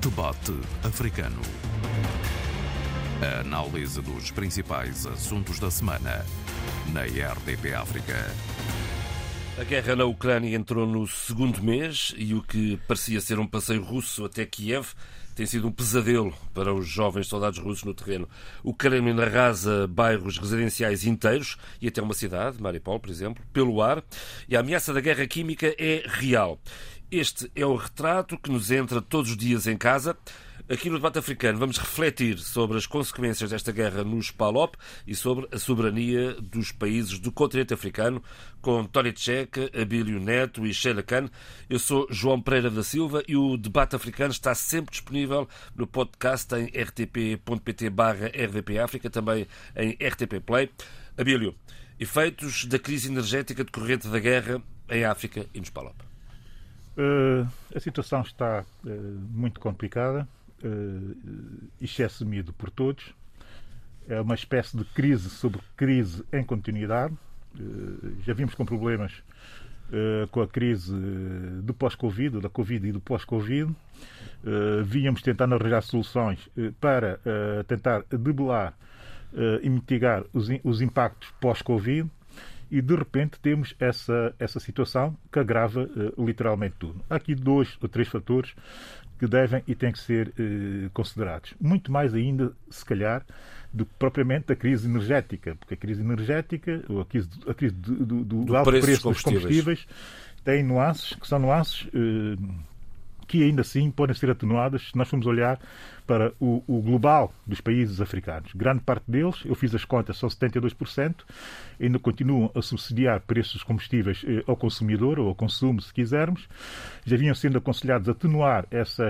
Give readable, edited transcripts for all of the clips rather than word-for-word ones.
Debate Africano. A análise dos principais assuntos da semana na RDP África. A guerra na Ucrânia entrou no segundo mês e o que parecia ser um passeio russo até Kiev tem sido um pesadelo para os jovens soldados russos no terreno. O Kremlin arrasa bairros residenciais inteiros e até uma cidade, Mariupol, por exemplo, pelo ar, e a ameaça da guerra química é real. Este é o retrato que nos entra todos os dias em casa. Aqui no Debate Africano vamos refletir sobre as consequências desta guerra nos PALOP e sobre a soberania dos países do continente africano, com Tony Tcheca, Abílio Neto e Sheila Khan. Eu sou João Pereira da Silva e o Debate Africano está sempre disponível no podcast em rtp.pt/RDP África, também em RTP Play. Abílio, efeitos da crise energética decorrente da guerra em África e nos PALOP. A situação está muito complicada. Isto é assumido por todos. É uma espécie de crise sobre crise em continuidade. Já vimos com problemas com a crise do pós-Covid, da Covid e do pós-Covid. Vínhamos tentando arranjar soluções para tentar debelar e mitigar os impactos pós-Covid. E de repente temos essa situação que agrava literalmente tudo. Há aqui 2 ou 3 fatores que devem e têm que ser considerados. Muito mais ainda, se calhar, do que propriamente a crise energética. Porque a crise energética, ou a crise do alto preço dos combustíveis, tem nuances que são nuances que ainda assim podem ser atenuadas se nós formos olhar para o global dos países africanos. Grande parte deles, eu fiz as contas, são 72%, ainda continuam a subsidiar preços dos combustíveis ao consumidor, ou ao consumo, se quisermos. Já vinham sendo aconselhados a atenuar essa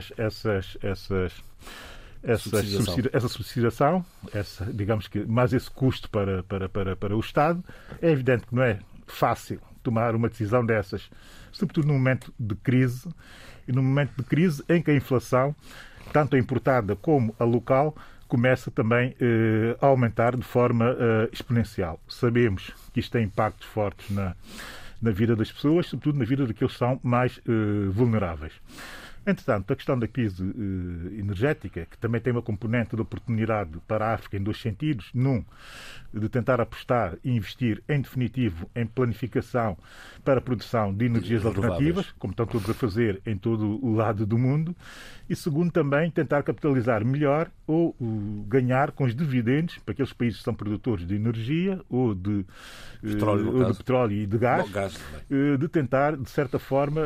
subsidiação, digamos que mais esse custo para o Estado. É evidente que não é fácil tomar uma decisão dessas, sobretudo num momento de crise, e num momento de crise em que a inflação, tanto a importada como a local, começa também a aumentar de forma exponencial. Sabemos que isto tem impactos fortes na vida das pessoas, sobretudo na vida daqueles que são mais vulneráveis. Entretanto, a questão da crise energética, que também tem uma componente de oportunidade para a África em 2 sentidos. Num, de tentar apostar e investir, em definitivo, em planificação para a produção de energias alternativas, como estão todos a fazer em todo o lado do mundo. E segundo, também tentar capitalizar melhor ou ganhar com os dividendos para aqueles países que são produtores de energia ou de petróleo e de gás, de tentar, de certa forma,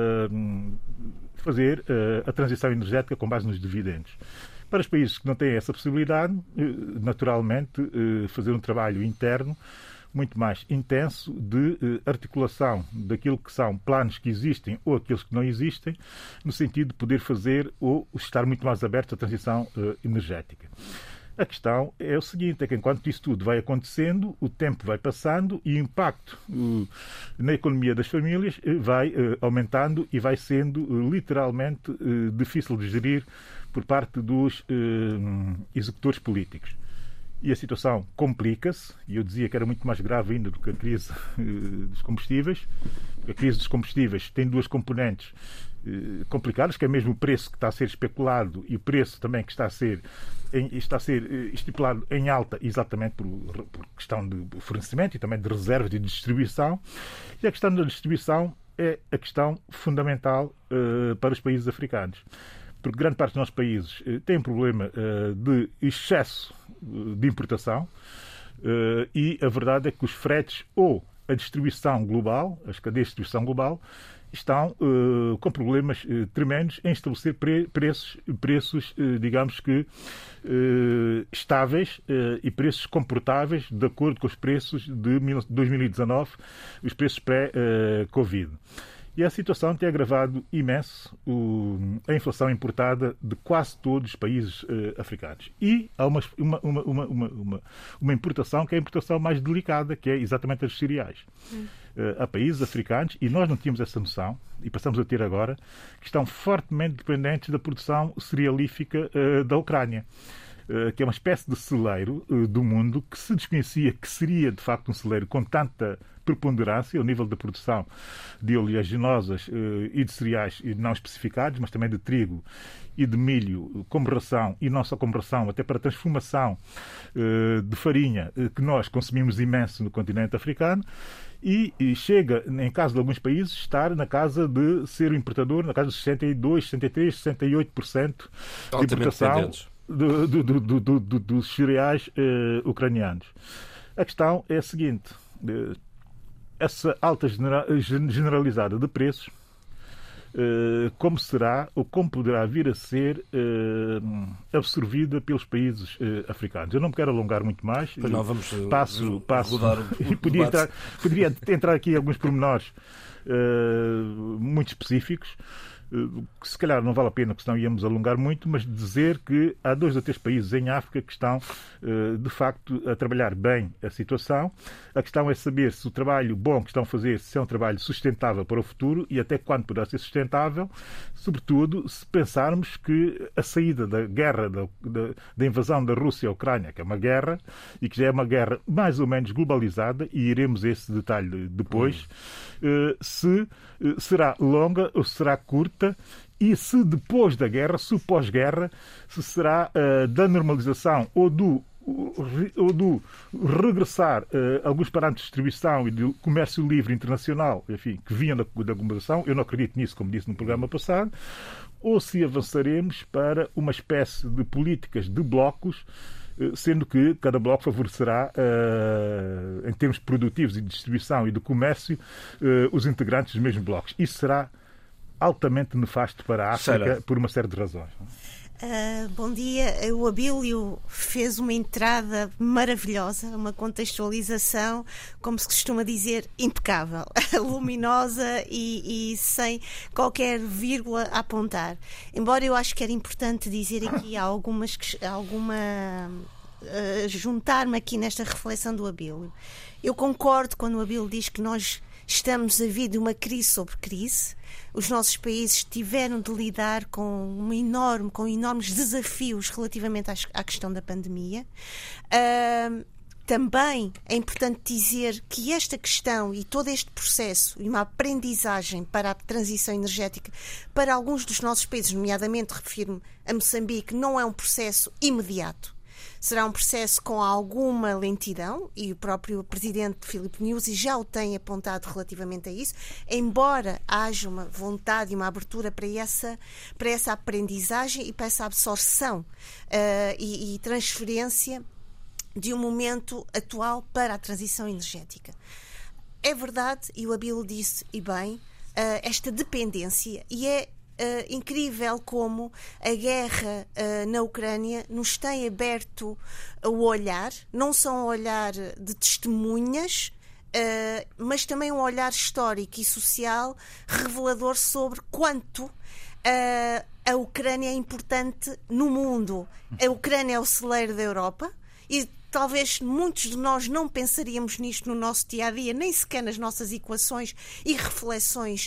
fazer a transição energética com base nos dividendos. Para os países que não têm essa possibilidade, naturalmente, fazer um trabalho interno muito mais intenso de articulação daquilo que são planos que existem ou aqueles que não existem, no sentido de poder fazer ou estar muito mais abertos à transição energética. A questão é o seguinte, é que enquanto isso tudo vai acontecendo, o tempo vai passando e o impacto na economia das famílias vai aumentando e vai sendo literalmente difícil de gerir por parte dos executores políticos. E a situação complica-se, e eu dizia que era muito mais grave ainda do que a crise dos combustíveis. A crise dos combustíveis tem 2 componentes complicadas, que é mesmo o preço que está a ser especulado e o preço também que está a ser estipulado em alta, exatamente por questão de fornecimento e também de reservas de distribuição. E a questão da distribuição é a questão fundamental para os países africanos. Porque grande parte dos nossos países tem um problema de excesso de importação e a verdade é que os fretes ou a distribuição global, as cadeias de distribuição global, estão com problemas tremendos em estabelecer preços, digamos que, estáveis e preços comportáveis de acordo com os preços de 2019, os preços pré-Covid. E a situação tem agravado imenso a inflação importada de quase todos os países africanos. E há uma importação que é a importação mais delicada, que é exatamente as cereais. Há países africanos, e nós não tínhamos essa noção, e passamos a ter agora, que estão fortemente dependentes da produção cerealífica da Ucrânia. Que é uma espécie de celeiro do mundo que se desconhecia que seria, de facto, um celeiro com tanta preponderância ao nível da produção de oleaginosas e de cereais não especificados, mas também de trigo e de milho como ração, e não só como ração, até para a transformação de farinha, que nós consumimos imenso no continente africano, e chega, em caso de alguns países, estar na casa de ser o importador, na casa de 62%, 63%, 68% de importação dos cereais ucranianos. A questão é a seguinte: essa alta generalizada de preços, como será ou como poderá vir a ser absorvida pelos países africanos. Eu não me quero alongar muito mais. Pois não, vamos passo o poderia entrar aqui em alguns pormenores muito específicos, que se calhar não vale a pena, porque senão íamos alongar muito, mas dizer que há 2 ou 3 países em África que estão, de facto, a trabalhar bem a situação. A questão é saber se o trabalho bom que estão a fazer se é um trabalho sustentável para o futuro e até quando poderá ser sustentável, sobretudo se pensarmos que a saída da guerra, da invasão da Rússia à Ucrânia, que é uma guerra, e que já é uma guerra mais ou menos globalizada, e iremos a esse detalhe depois, se será longa ou será curta, e se depois da guerra, se pós-guerra, se será da normalização ou do regressar alguns parâmetros de distribuição e de comércio livre internacional, enfim, que vinham da globalização. Eu não acredito nisso, como disse no programa passado, ou se avançaremos para uma espécie de políticas de blocos, sendo que cada bloco favorecerá, em termos produtivos e de distribuição e de comércio, os integrantes dos mesmos blocos. Isso será altamente nefasto para a África por uma série de razões. Bom dia. O Abílio fez uma entrada maravilhosa, uma contextualização, como se costuma dizer, impecável, luminosa e sem qualquer vírgula a apontar. Embora eu acho que era importante dizer aqui juntar-me aqui nesta reflexão do Abílio. Eu concordo quando o Abílio diz que nós estamos a vir de uma crise sobre crise. Os nossos países tiveram de lidar com enormes desafios relativamente à questão da pandemia. Também é importante dizer que esta questão e todo este processo e uma aprendizagem para a transição energética para alguns dos nossos países, nomeadamente refiro-me a Moçambique, não é um processo imediato. Será um processo com alguma lentidão, e o próprio presidente Filipe Nyusi já o tem apontado relativamente a isso, embora haja uma vontade e uma abertura para essa aprendizagem e para essa absorção e transferência de um momento atual para a transição energética. É verdade, e o Abílio disse, e bem, esta dependência, e é incrível como a guerra na Ucrânia nos tem aberto o olhar, não só um olhar de testemunhas, mas também um olhar histórico e social revelador sobre quanto a Ucrânia é importante no mundo. A Ucrânia é o celeiro da Europa e talvez muitos de nós não pensaríamos nisto no nosso dia-a-dia, nem sequer nas nossas equações e reflexões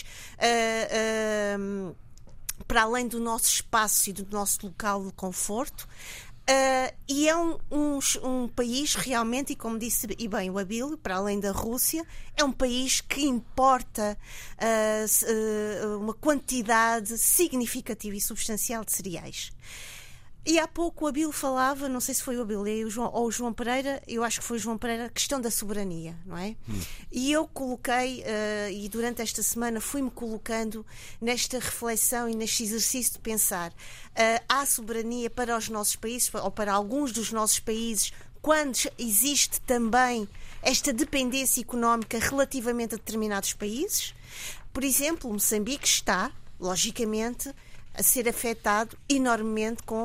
para além do nosso espaço e do nosso local de conforto. E é um país realmente, e como disse e bem o Abílio, para além da Rússia, é um país que importa uma quantidade significativa e substancial de cereais. E há pouco o Abílio falava, não sei se foi o Abílio ou o João Pereira, eu acho que foi o João Pereira, a questão da soberania, não é? E eu coloquei, e durante esta semana fui-me colocando nesta reflexão e neste exercício de pensar, há soberania para os nossos países, ou para alguns dos nossos países, quando existe também esta dependência económica relativamente a determinados países. Por exemplo, Moçambique está, logicamente, a ser afetado enormemente com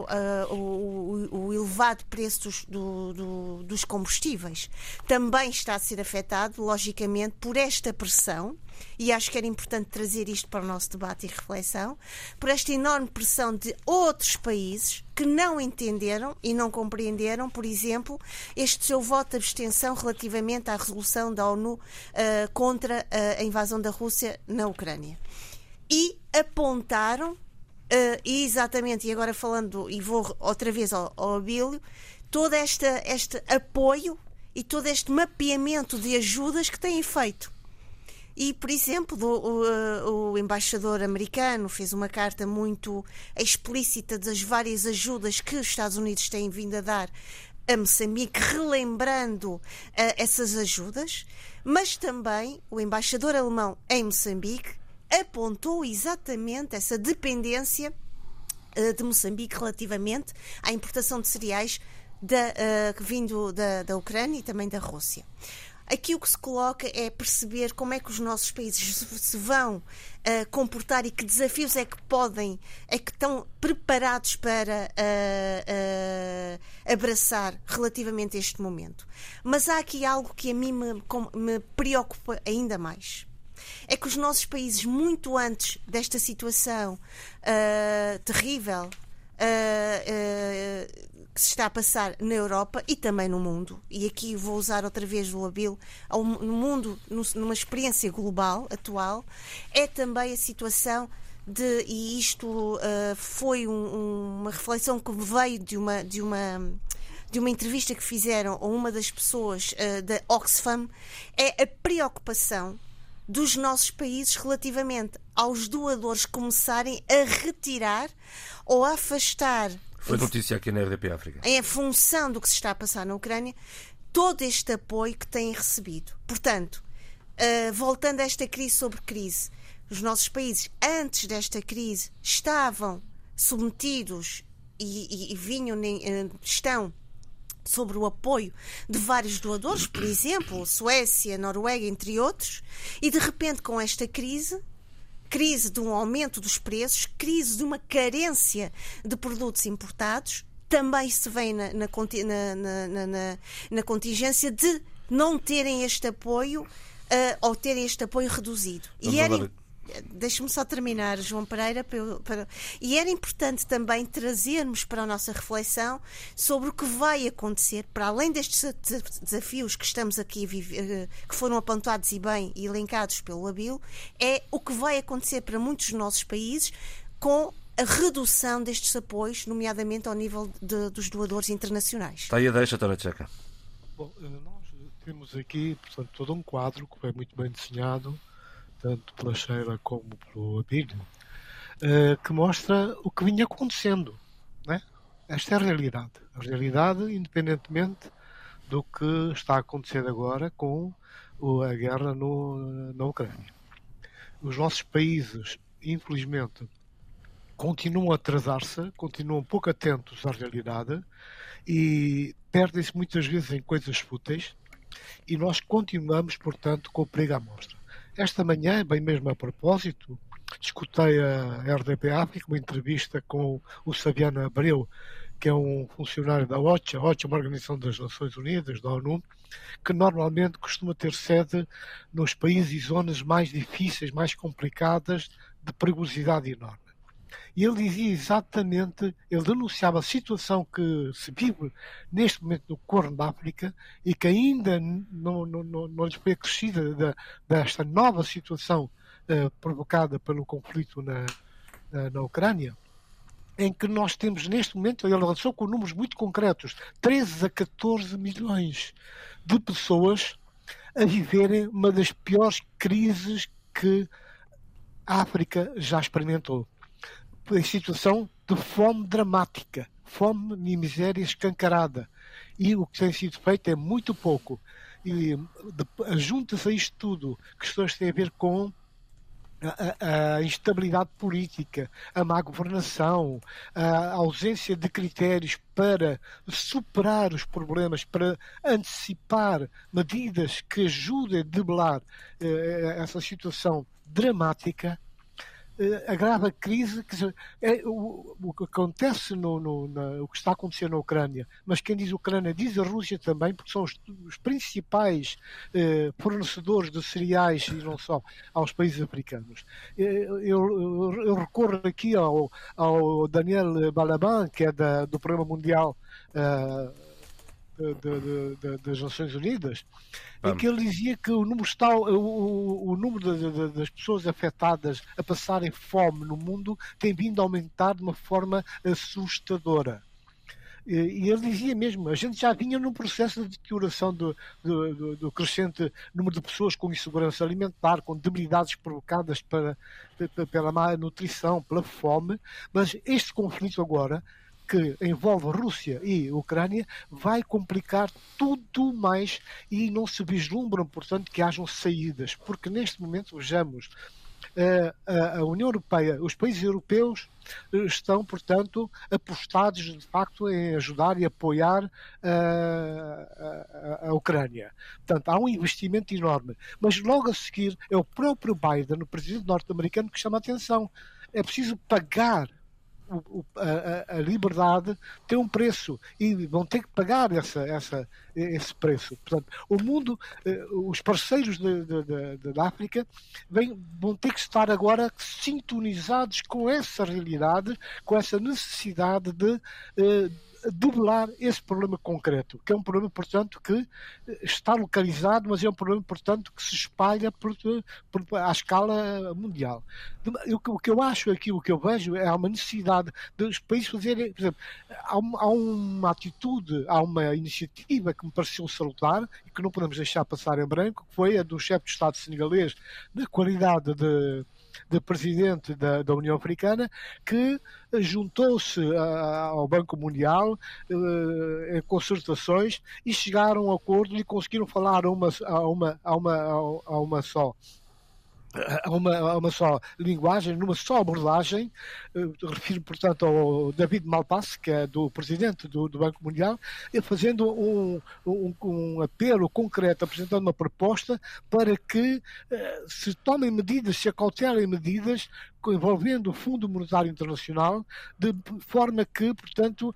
o elevado preço dos combustíveis. Também está a ser afetado, logicamente, por esta pressão, e acho que era importante trazer isto para o nosso debate e reflexão, por esta enorme pressão de outros países que não entenderam e não compreenderam, por exemplo, este seu voto de abstenção relativamente à resolução da ONU contra a invasão da Rússia na Ucrânia. E apontaram exatamente, e agora falando, e vou outra vez ao Abílio, todo este apoio e todo este mapeamento de ajudas que têm feito. E, por exemplo, o embaixador americano fez uma carta muito explícita das várias ajudas que os Estados Unidos têm vindo a dar a Moçambique, relembrando essas ajudas, mas também o embaixador alemão em Moçambique apontou exatamente essa dependência de Moçambique relativamente à importação de cereais vindo da Ucrânia e também da Rússia. Aqui o que se coloca é perceber como é que os nossos países se vão comportar e que desafios é que estão preparados para abraçar relativamente a este momento. Mas há aqui algo que a mim me preocupa ainda mais. É que os nossos países, muito antes desta situação terrível que se está a passar na Europa e também no mundo, e aqui vou usar outra vez o Abílio, no mundo, numa experiência global atual, é também a situação e isto foi uma reflexão que veio de uma entrevista que fizeram a uma das pessoas da Oxfam, é a preocupação dos nossos países relativamente aos doadores começarem a retirar ou a afastar. Foi notícia aqui na RDP África. Em função do que se está a passar na Ucrânia, todo este apoio que têm recebido. Portanto, voltando a esta crise sobre crise, os nossos países, antes desta crise, estavam submetidos e estão sobre o apoio de vários doadores, por exemplo, Suécia, Noruega, entre outros, e de repente com esta crise de um aumento dos preços, crise de uma carência de produtos importados, também se vê na contingência de não terem este apoio ou terem este apoio reduzido. Deixe-me só terminar, João Pereira, e era importante também trazermos para a nossa reflexão sobre o que vai acontecer, para além destes desafios que estamos aqui a viver, que foram apontados e bem elencados pelo Abílio, é o que vai acontecer para muitos dos nossos países com a redução destes apoios, nomeadamente ao nível dos doadores internacionais. Está aí a deixa, Tânia Tcheca. Bom, nós temos aqui, portanto, todo um quadro que é muito bem desenhado, tanto pela Sheila como pelo Abílio, que mostra o que vinha acontecendo, né? Esta é a realidade. A realidade, independentemente do que está a acontecer agora com a guerra na Ucrânia. Os nossos países, infelizmente, continuam a atrasar-se, continuam pouco atentos à realidade e perdem-se muitas vezes em coisas fúteis, e nós continuamos, portanto, com o perigo à mostra. Esta manhã, bem mesmo a propósito, escutei a RDP África, uma entrevista com o Sabiano Abreu, que é um funcionário da OCHA. A OCHA é uma organização das Nações Unidas, da ONU, que normalmente costuma ter sede nos países e zonas mais difíceis, mais complicadas, de perigosidade enorme. E ele dizia exatamente, ele denunciava a situação que se vive neste momento no Corno da África e que ainda não lhes foi acrescida desta nova situação provocada pelo conflito na Ucrânia, em que nós temos neste momento, ele lançou com números muito concretos, 13 a 14 milhões de pessoas a viverem uma das piores crises que a África já experimentou. Em situação de fome dramática, fome e miséria escancarada. E o que tem sido feito é muito pouco. E junta-se a isto tudo questões que têm a ver com a instabilidade política, a má governação, a ausência de critérios para superar os problemas, para antecipar medidas que ajudem a debelar essa situação dramática. Agrava a crise, o que acontece o que está a acontecer na Ucrânia, mas quem diz Ucrânia diz a Rússia também, porque são os principais fornecedores de cereais e não só aos países africanos. Eu recorro aqui ao Daniel Balaban, que é do Programa Mundial das Nações Unidas, em que ele dizia que o número das pessoas afetadas a passarem fome no mundo tem vindo a aumentar de uma forma assustadora. E ele dizia mesmo, a gente já vinha num processo de deterioração do crescente número de pessoas com insegurança alimentar, com debilidades provocadas pela má nutrição, pela fome, mas este conflito agora, que envolve Rússia e Ucrânia, vai complicar tudo mais e não se vislumbram, portanto, que hajam saídas, porque neste momento, vejamos, a União Europeia, os países europeus estão, portanto, apostados de facto em ajudar e apoiar a Ucrânia. Portanto, há um investimento enorme. Mas logo a seguir é o próprio Biden, o presidente norte-americano, que chama a atenção. É preciso pagar. A liberdade tem um preço e vão ter que pagar esse preço. Portanto, o mundo, os parceiros da África vão ter que estar agora sintonizados com essa realidade, com essa necessidade de debelar esse problema concreto, que é um problema, portanto, que está localizado, mas é um problema, portanto, que se espalha à escala mundial. O que eu acho aqui, o que eu vejo, é uma necessidade dos países fazerem, por exemplo, há uma atitude, há uma iniciativa que me pareceu salutar e que não podemos deixar passar em branco, que foi a do chefe de Estado senegalês, na qualidade de presidente da União Africana, que juntou-se ao Banco Mundial em concertações e chegaram a um acordo e conseguiram falar a uma só linguagem, numa só abordagem. Refiro, portanto, ao David Malpass, que é do presidente do Banco Mundial, fazendo um apelo concreto, apresentando uma proposta para que se tomem medidas, se acautelem medidas envolvendo o Fundo Monetário Internacional, de forma que, portanto,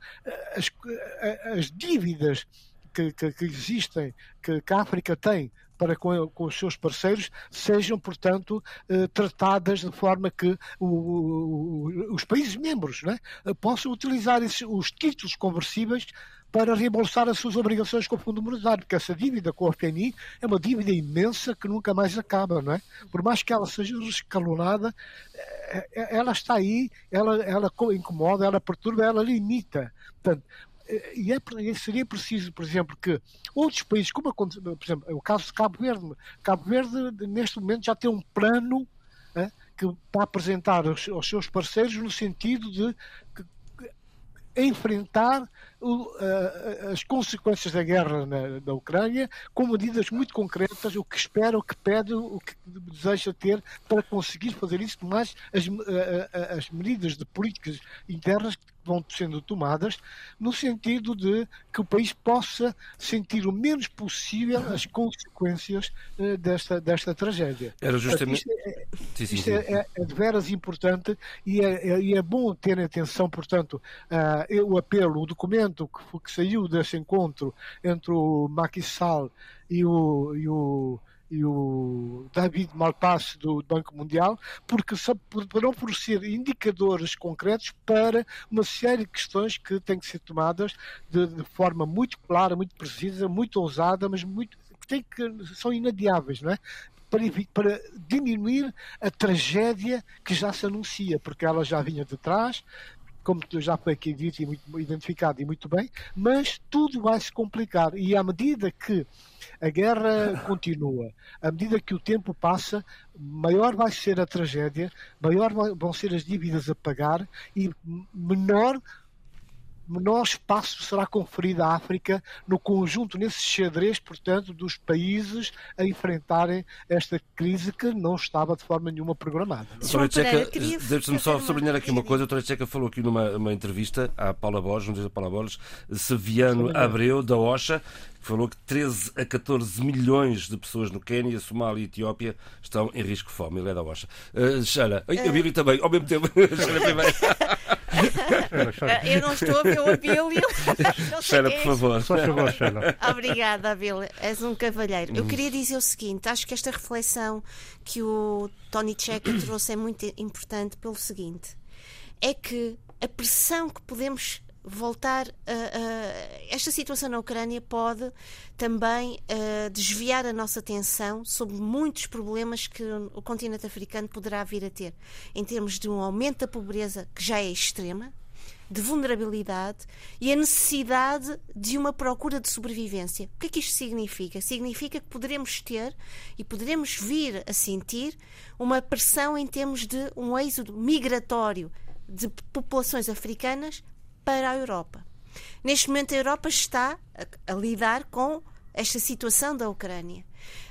as dívidas que existem, que a África tem para com os seus parceiros, sejam, portanto, tratadas de forma que os países membros, não é, possam utilizar os títulos conversíveis para reembolsar as suas obrigações com o Fundo Monetário, porque essa dívida com o FMI é uma dívida imensa que nunca mais acaba, não é? Por mais que ela seja escalonada, ela está aí, ela incomoda, ela perturba, ela limita. Portanto, e seria preciso, por exemplo, que outros países, como por exemplo, o caso de Cabo Verde. Cabo Verde, neste momento, já tem um plano que está a apresentar aos seus parceiros no sentido de enfrentar as consequências da guerra na Ucrânia com medidas muito concretas, o que espera, o que pede, o que deseja ter para conseguir fazer isso, mas as medidas de políticas internas que vão sendo tomadas no sentido de que o país possa sentir o menos possível as consequências desta tragédia. Era justamente... Isto é de veras importante e é bom ter atenção, portanto, o apelo, o documento que saiu desse encontro entre o Macky Sall e o David Malpass do Banco Mundial, porque poderão ser indicadores concretos para uma série de questões que têm que ser tomadas de forma muito clara, muito precisa, muito ousada, mas são inadiáveis, não é? Para diminuir a tragédia que já se anuncia, porque ela já vinha de trás, como já foi aqui dito e muito identificado e muito bem, mas tudo vai se complicar e à medida que a guerra continua, à medida que o tempo passa, maior vai ser a tragédia, maior vão ser as dívidas a pagar e menor espaço será conferido à África no conjunto, nesse xadrez, portanto, dos países a enfrentarem esta crise que não estava de forma nenhuma programada. Deixe-me só sublinhar aqui uma coisa. A doutora Tcheca falou aqui numa entrevista à Paula Borges, não sei a Paula Borges, Seviano Abreu, da OCHA, que falou que 13 a 14 milhões de pessoas no Quênia, Somália e Etiópia estão em risco de fome. Ele é da OCHA. Sheila, a Bíblia também, ao mesmo tempo. Sheila primeiro. Eu não estou a ver o Abílio. Sheila, por favor. Só favor, Sheila. Obrigada, Abílio. És um cavalheiro. Eu queria dizer o seguinte: acho que esta reflexão que o Tony Tcheca trouxe é muito importante pelo seguinte: é que a pressão que podemos voltar esta situação na Ucrânia pode também desviar a nossa atenção sobre muitos problemas que o continente africano poderá vir a ter, em termos de um aumento da pobreza que já é extrema, de vulnerabilidade e a necessidade de uma procura de sobrevivência. O que é que isto significa? Significa que poderemos ter e poderemos vir a sentir uma pressão em termos de um êxodo migratório de populações africanas para a Europa. Neste momento a Europa está a lidar com esta situação da Ucrânia.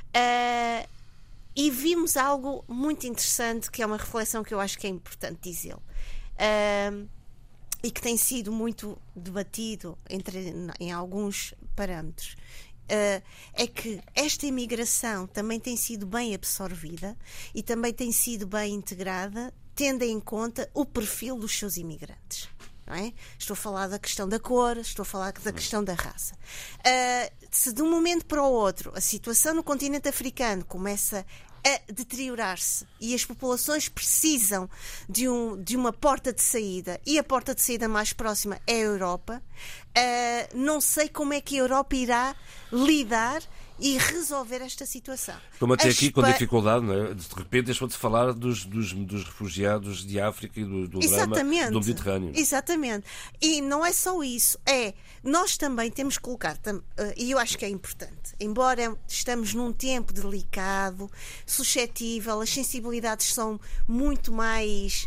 E vimos algo muito interessante, que é uma reflexão que eu acho que é importante dizê-lo. E que tem sido muito debatido em alguns parâmetros, é que esta imigração também tem sido bem absorvida e também tem sido bem integrada, tendo em conta o perfil dos seus imigrantes. Não é? Estou a falar da questão da cor, estou a falar da questão da raça. Se de um momento para o outro a situação no continente africano começa a deteriorar-se e as populações precisam de uma porta de saída, e a porta de saída mais próxima é a Europa, não sei como é que a Europa irá lidar e resolver esta situação. Como até aqui com dificuldade, não é? De repente deixou de falar dos refugiados de África e do drama do Mediterrâneo. Exatamente. E não é só isso. Nós também temos que colocar, e eu acho que é importante, embora estamos num tempo delicado, suscetível, as sensibilidades são muito mais,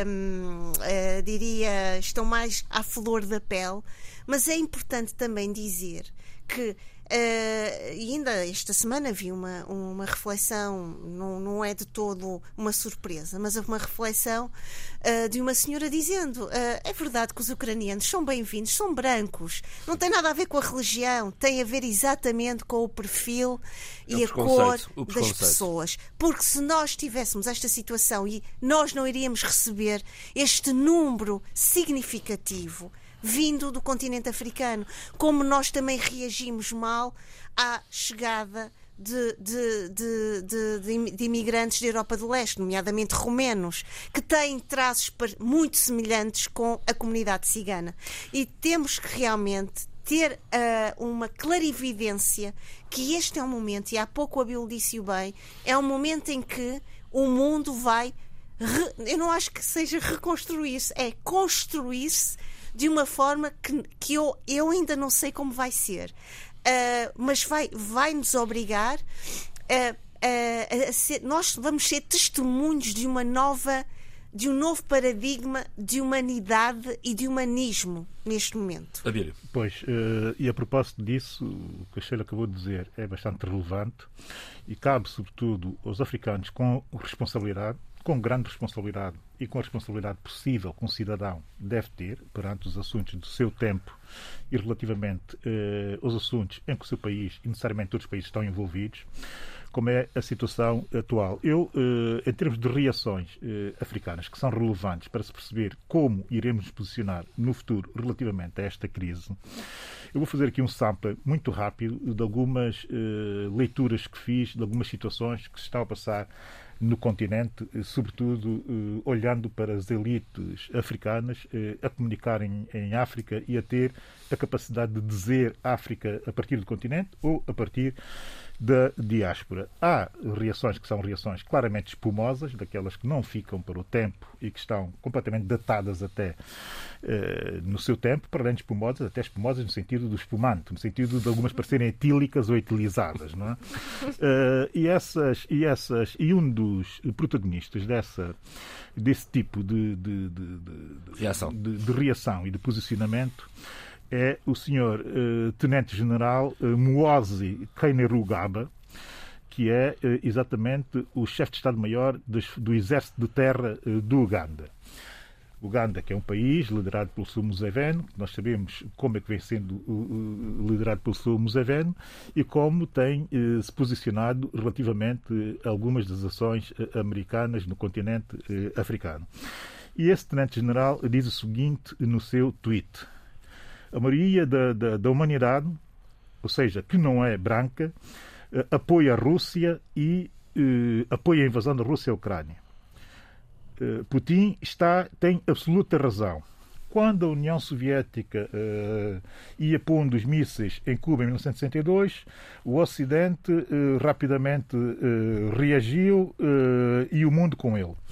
estão mais à flor da pele, mas é importante também dizer que e ainda esta semana vi uma reflexão, não é de todo uma surpresa, mas uma reflexão de uma senhora dizendo é verdade que os ucranianos são bem-vindos, são brancos, não tem nada a ver com a religião, tem a ver exatamente com o perfil e a cor das pessoas, porque se nós tivéssemos esta situação e nós não iríamos receber este número significativo vindo do continente africano, como nós também reagimos mal à chegada de imigrantes da Europa do Leste, nomeadamente romenos, que têm traços muito semelhantes com a comunidade cigana. E temos que realmente ter uma clarividência que este é um momento, e há pouco a Abílio disse-o bem, é um momento em que o mundo vai, eu não acho que seja reconstruir-se, é construir-se de uma forma que eu ainda não sei como vai ser, mas vai nos obrigar a ser, nós vamos ser testemunhos de um novo paradigma de humanidade e de humanismo neste momento. Abílio. Pois, e a propósito disso, o que a Sheila acabou de dizer é bastante relevante e cabe sobretudo aos africanos com grande responsabilidade e com a responsabilidade possível que um cidadão deve ter perante os assuntos do seu tempo e relativamente aos assuntos em que o seu país e necessariamente todos os países estão envolvidos, como é a situação atual. Eu, em termos de reações africanas que são relevantes para se perceber como iremos nos posicionar no futuro relativamente a esta crise, eu vou fazer aqui um sample muito rápido de algumas leituras que fiz, de algumas situações que se estão a passar no continente, sobretudo olhando para as elites africanas a comunicarem em África e a ter a capacidade de dizer África a partir do continente ou a partir da diáspora. Há reações que são reações claramente espumosas, daquelas que não ficam para o tempo e que estão completamente datadas até no seu tempo, para além de espumosas, até espumosas no sentido do espumante, no sentido de algumas parecerem etílicas ou etilizadas, não é? E um dos protagonistas desse tipo de reação e de posicionamento é o senhor Tenente-General Muhoozi Kainerugaba, que é exatamente o chefe de Estado-Maior do Exército de Terra do Uganda. Uganda, que é um país liderado pelo Sr. Museveni, nós sabemos como é que vem sendo liderado pelo Sr. Museveni e como tem se posicionado relativamente a algumas das ações americanas no continente africano. E esse Tenente-General diz o seguinte no seu tweet: a maioria da humanidade, ou seja, que não é branca, apoia a Rússia e apoia a invasão da Rússia à Ucrânia. Putin tem absoluta razão. Quando a União Soviética ia pondo os mísseis em Cuba em 1962, o Ocidente rapidamente reagiu e o mundo com ele.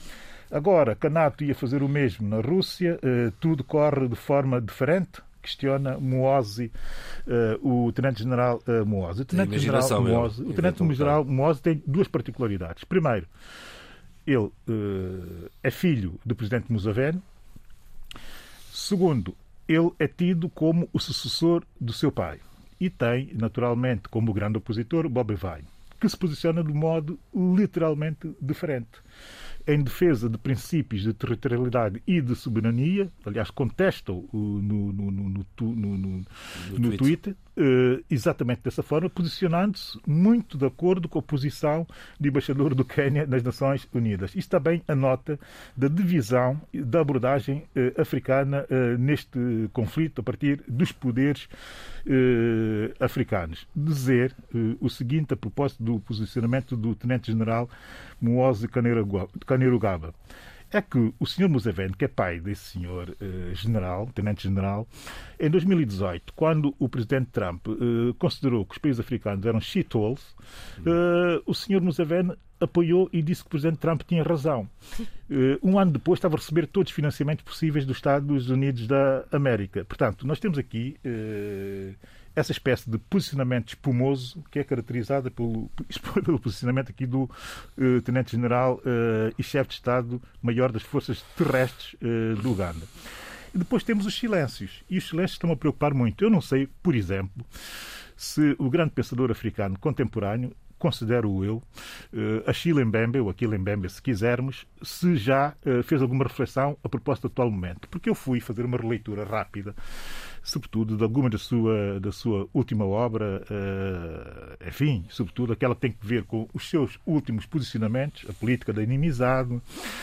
Agora, que a NATO ia fazer o mesmo na Rússia, tudo corre de forma diferente, questiona Moose, o Tenente-General Moose. O Tenente-General Moose tem duas particularidades. Primeiro, ele é filho do presidente Museveni. Segundo, ele é tido como o sucessor do seu pai. E tem, naturalmente, como grande opositor, Bobi Wine, que se posiciona de modo literalmente diferente. Em defesa de princípios de territorialidade e de soberania, aliás, contestam no Twitter, exatamente dessa forma, posicionando-se muito de acordo com a posição do embaixador do Quênia nas Nações Unidas. Isto também anota da divisão da abordagem africana neste conflito a partir dos poderes africanos. Dizer o seguinte a propósito do posicionamento do Tenente-General Muhoozi Kainerugaba. É que o Sr. Museveni, que é pai desse senhor tenente-general, em 2018, quando o presidente Trump considerou que os países africanos eram shitholes, o Sr. Museveni apoiou e disse que o presidente Trump tinha razão. Um ano depois estava a receber todos os financiamentos possíveis dos Estados Unidos da América. Portanto, nós temos aqui essa espécie de posicionamento espumoso que é caracterizada pelo posicionamento aqui do Tenente-General e chefe de Estado-Maior das Forças Terrestres do Uganda. E depois temos os silêncios. E os silêncios estão a preocupar muito. Eu não sei, por exemplo, se o grande pensador africano contemporâneo, considero eu, Achille Mbembe, ou Achille Mbembe, se quisermos, se já fez alguma reflexão a propósito do atual momento. Porque eu fui fazer uma releitura rápida, sobretudo de alguma da sua última obra, enfim, sobretudo aquela que tem que ver com os seus últimos posicionamentos, a política da inimizade,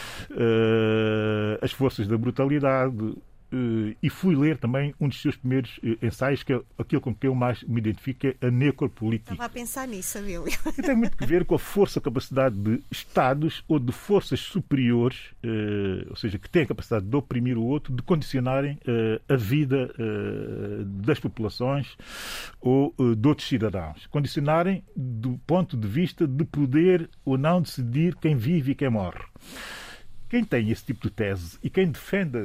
as forças da brutalidade, e fui ler também um dos seus primeiros ensaios, que é aquilo com que eu mais me identifico, que é a necropolítica. Estava a pensar nisso, Abílio. E tem muito a ver com a força, a capacidade de Estados ou de forças superiores, ou seja, que têm a capacidade de oprimir o outro, de condicionarem a vida das populações ou de outros cidadãos. Condicionarem do ponto de vista de poder ou não decidir quem vive e quem morre. Quem tem esse tipo de tese e quem defende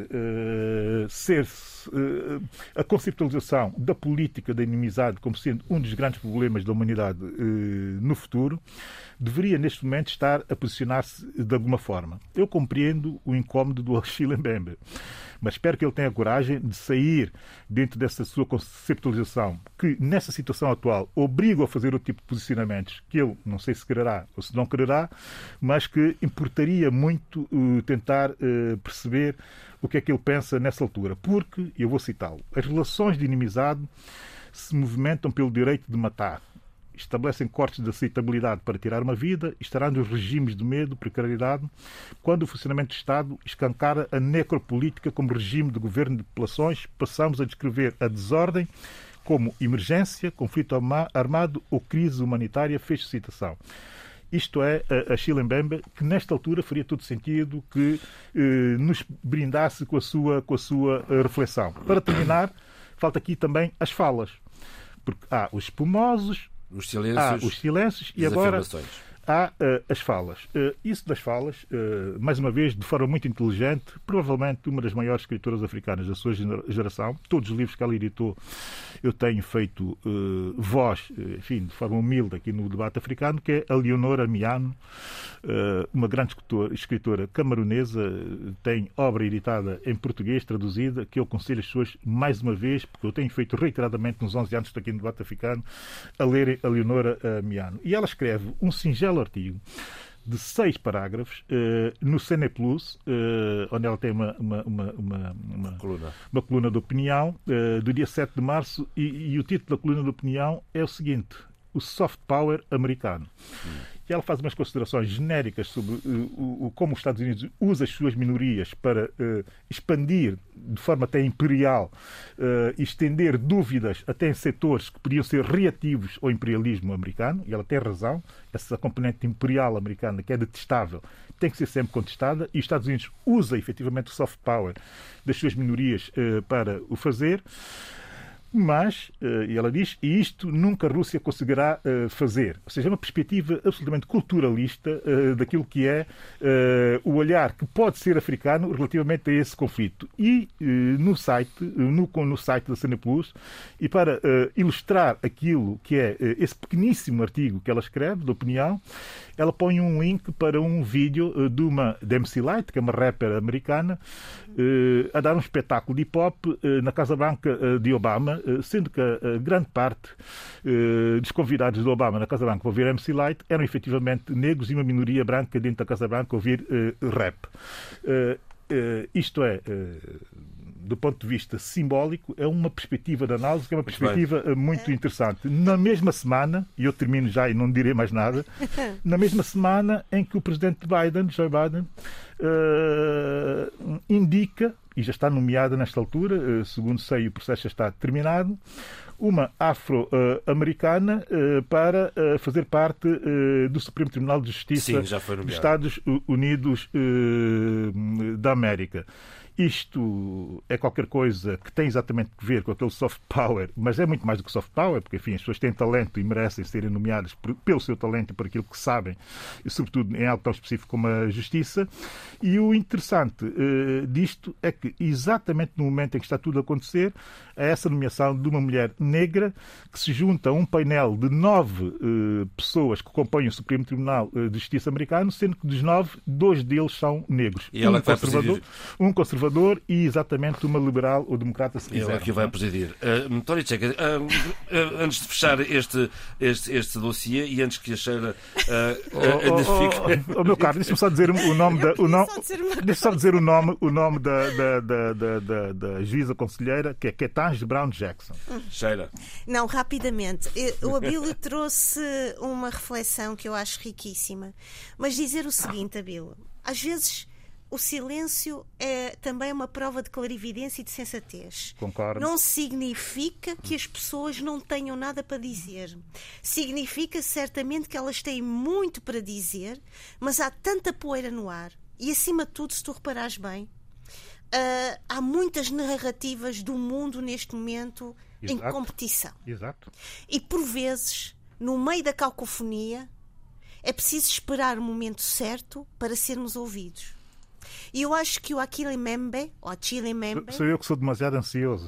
a conceptualização da política da inimizade como sendo um dos grandes problemas da humanidade no futuro, deveria neste momento estar a posicionar-se de alguma forma. Eu compreendo o incómodo do Achille Mbembe, mas espero que ele tenha a coragem de sair dentro dessa sua conceptualização, que nessa situação atual obriga a fazer outro tipo de posicionamentos que ele não sei se quererá ou se não quererá, mas que importaria muito tentar perceber o que é que ele pensa nessa altura. Porque, eu vou citá-lo, as relações de inimizade se movimentam pelo direito de matar, estabelecem cortes de aceitabilidade para tirar uma vida, estarão nos regimes de medo, precariedade, quando o funcionamento do Estado escancara a necropolítica como regime de governo de populações, passamos a descrever a desordem como emergência, conflito armado ou crise humanitária, fecho citação. Isto é Achille Mbembe, que nesta altura faria todo sentido que nos brindasse com a sua reflexão. Para terminar, falta aqui também as falas. Porque há os espumosos, os silêncios e agora há as falas. Isso das falas, mais uma vez, de forma muito inteligente, provavelmente uma das maiores escritoras africanas da sua geração. Todos os livros que ela editou eu tenho feito voz, enfim, de forma humilde aqui no debate africano, que é a Leonora Miano, uma grande escritora camerunesa, tem obra editada em português, traduzida, que eu aconselho as pessoas, mais uma vez, porque eu tenho feito reiteradamente nos 11 anos que estou aqui no debate africano, a lerem a Leonora Miano. E ela escreve um singelo artigo de 6 parágrafos no CNE Plus, onde ela tem uma coluna de opinião do dia 7 de março e o título da coluna de opinião é o seguinte: o soft power americano. E ela faz umas considerações genéricas sobre como os Estados Unidos usa as suas minorias para expandir de forma até imperial e estender dúvidas até em setores que podiam ser reativos ao imperialismo americano, e ela tem razão, essa componente imperial americana, que é detestável, tem que ser sempre contestada, e os Estados Unidos usa efetivamente o soft power das suas minorias para o fazer. Mas, e ela diz, e isto nunca a Rússia conseguirá fazer. Ou seja, é uma perspectiva absolutamente culturalista daquilo que é o olhar que pode ser africano relativamente a esse conflito. E no site da CNE Plus, e para ilustrar aquilo que é esse pequeníssimo artigo que ela escreve, de opinião, ela põe um link para um vídeo de uma MC Lyte, que é uma rapper americana, a dar um espetáculo de hip-hop na Casa Branca de Obama, sendo que a grande parte dos convidados do Obama na Casa Branca para ouvir MC Lyte eram efetivamente negros e uma minoria branca dentro da Casa Branca a ouvir rap. Isto é, do ponto de vista simbólico, é uma perspectiva de análise que é uma perspectiva muito interessante. Na mesma semana, e eu termino já e não direi mais nada, na mesma semana em que o presidente Joe Biden, indica, e já está nomeada nesta altura, segundo sei, o processo já está terminado, uma afro-americana para fazer parte do Supremo Tribunal de Justiça dos Estados Unidos da América. Isto é qualquer coisa que tem exatamente a ver com aquele soft power, mas é muito mais do que soft power, porque, enfim, as pessoas têm talento e merecem serem nomeadas pelo seu talento e por aquilo que sabem, e sobretudo em algo tão específico como a justiça. E o interessante disto é que, exatamente no momento em que está tudo a acontecer, é essa nomeação de uma mulher negra que se junta a um painel de 9 pessoas que compõem o Supremo Tribunal de Justiça americano, sendo que dos 9, 2 deles são negros. E ela um conservador e exatamente uma liberal ou democrata, se quiser. Ela que vai presidir. Tony Checa, antes de fechar este dossiê e antes que a Sheila meu caro, deixa-me só dizer o nome da juíza conselheira, que é Ketanji Brown Jackson. Sheila. Não, rapidamente. O Abílio trouxe uma reflexão que eu acho riquíssima. Mas dizer o seguinte, Abílio, às vezes o silêncio é também uma prova de clarividência e de sensatez. Concordo. Não significa que as pessoas não tenham nada para dizer. Significa certamente que elas têm muito para dizer, mas há tanta poeira no ar. E acima de tudo, se tu reparares bem, há muitas narrativas do mundo neste momento em competição. Exato. E por vezes, no meio da cacofonia, é preciso esperar o momento certo para sermos ouvidos. E eu acho que o Achille Mbembe, sou eu que sou demasiado ansioso.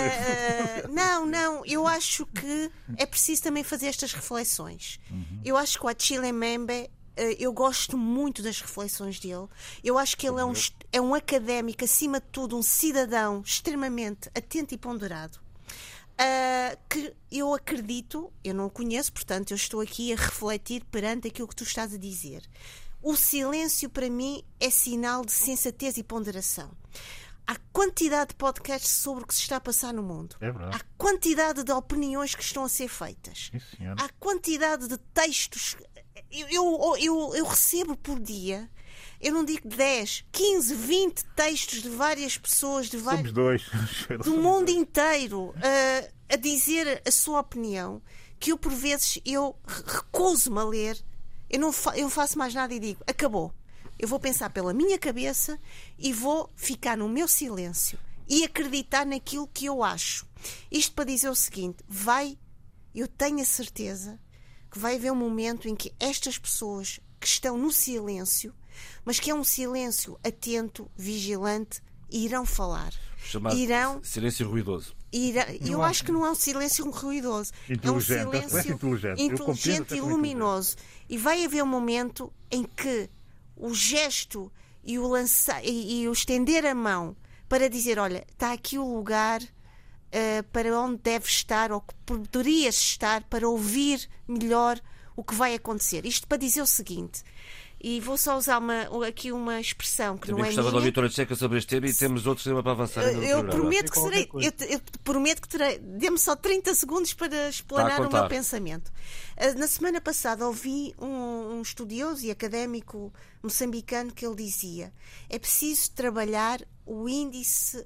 Não, eu acho que é preciso também fazer estas reflexões. Eu acho que o Achille Mbembe, eu gosto muito das reflexões dele. Eu acho que ele é um académico, acima de tudo, um cidadão extremamente atento e ponderado. Que eu acredito, eu não o conheço, portanto eu estou aqui a refletir perante aquilo que tu estás a dizer. O silêncio, para mim, é sinal de sensatez e ponderação. Há quantidade de podcasts sobre o que se está a passar no mundo. É verdade. Há quantidade de opiniões que estão a ser feitas. Sim, há quantidade de textos. Eu recebo por dia, eu não digo 10, 15, 20 textos de várias pessoas, Somos dois. do mundo inteiro a dizer a sua opinião, que eu, por vezes, eu recuso-me a ler. Eu faço mais nada e digo, acabou. Eu vou pensar pela minha cabeça e vou ficar no meu silêncio e acreditar naquilo que eu acho. Isto para dizer o seguinte, eu tenho a certeza que vai haver um momento em que estas pessoas que estão no silêncio, mas que é um silêncio atento, vigilante, irão falar. Chamado silêncio ruidoso. Eu acho que não é um silêncio ruidoso. É um silêncio inteligente e luminoso. E vai haver um momento em que o gesto e o estender a mão para dizer, olha, está aqui o lugar para onde deves estar ou que poderias estar para ouvir melhor o que vai acontecer. Isto para dizer o seguinte, e vou só usar aqui uma expressão que também não é minha. Gostava de ouvir Tony Checa sobre este tema e temos outros temas para avançar. Eu prometo que terei. Dê-me só 30 segundos para explanar o meu pensamento. Na semana passada ouvi um estudioso e académico moçambicano que ele dizia: é preciso trabalhar o índice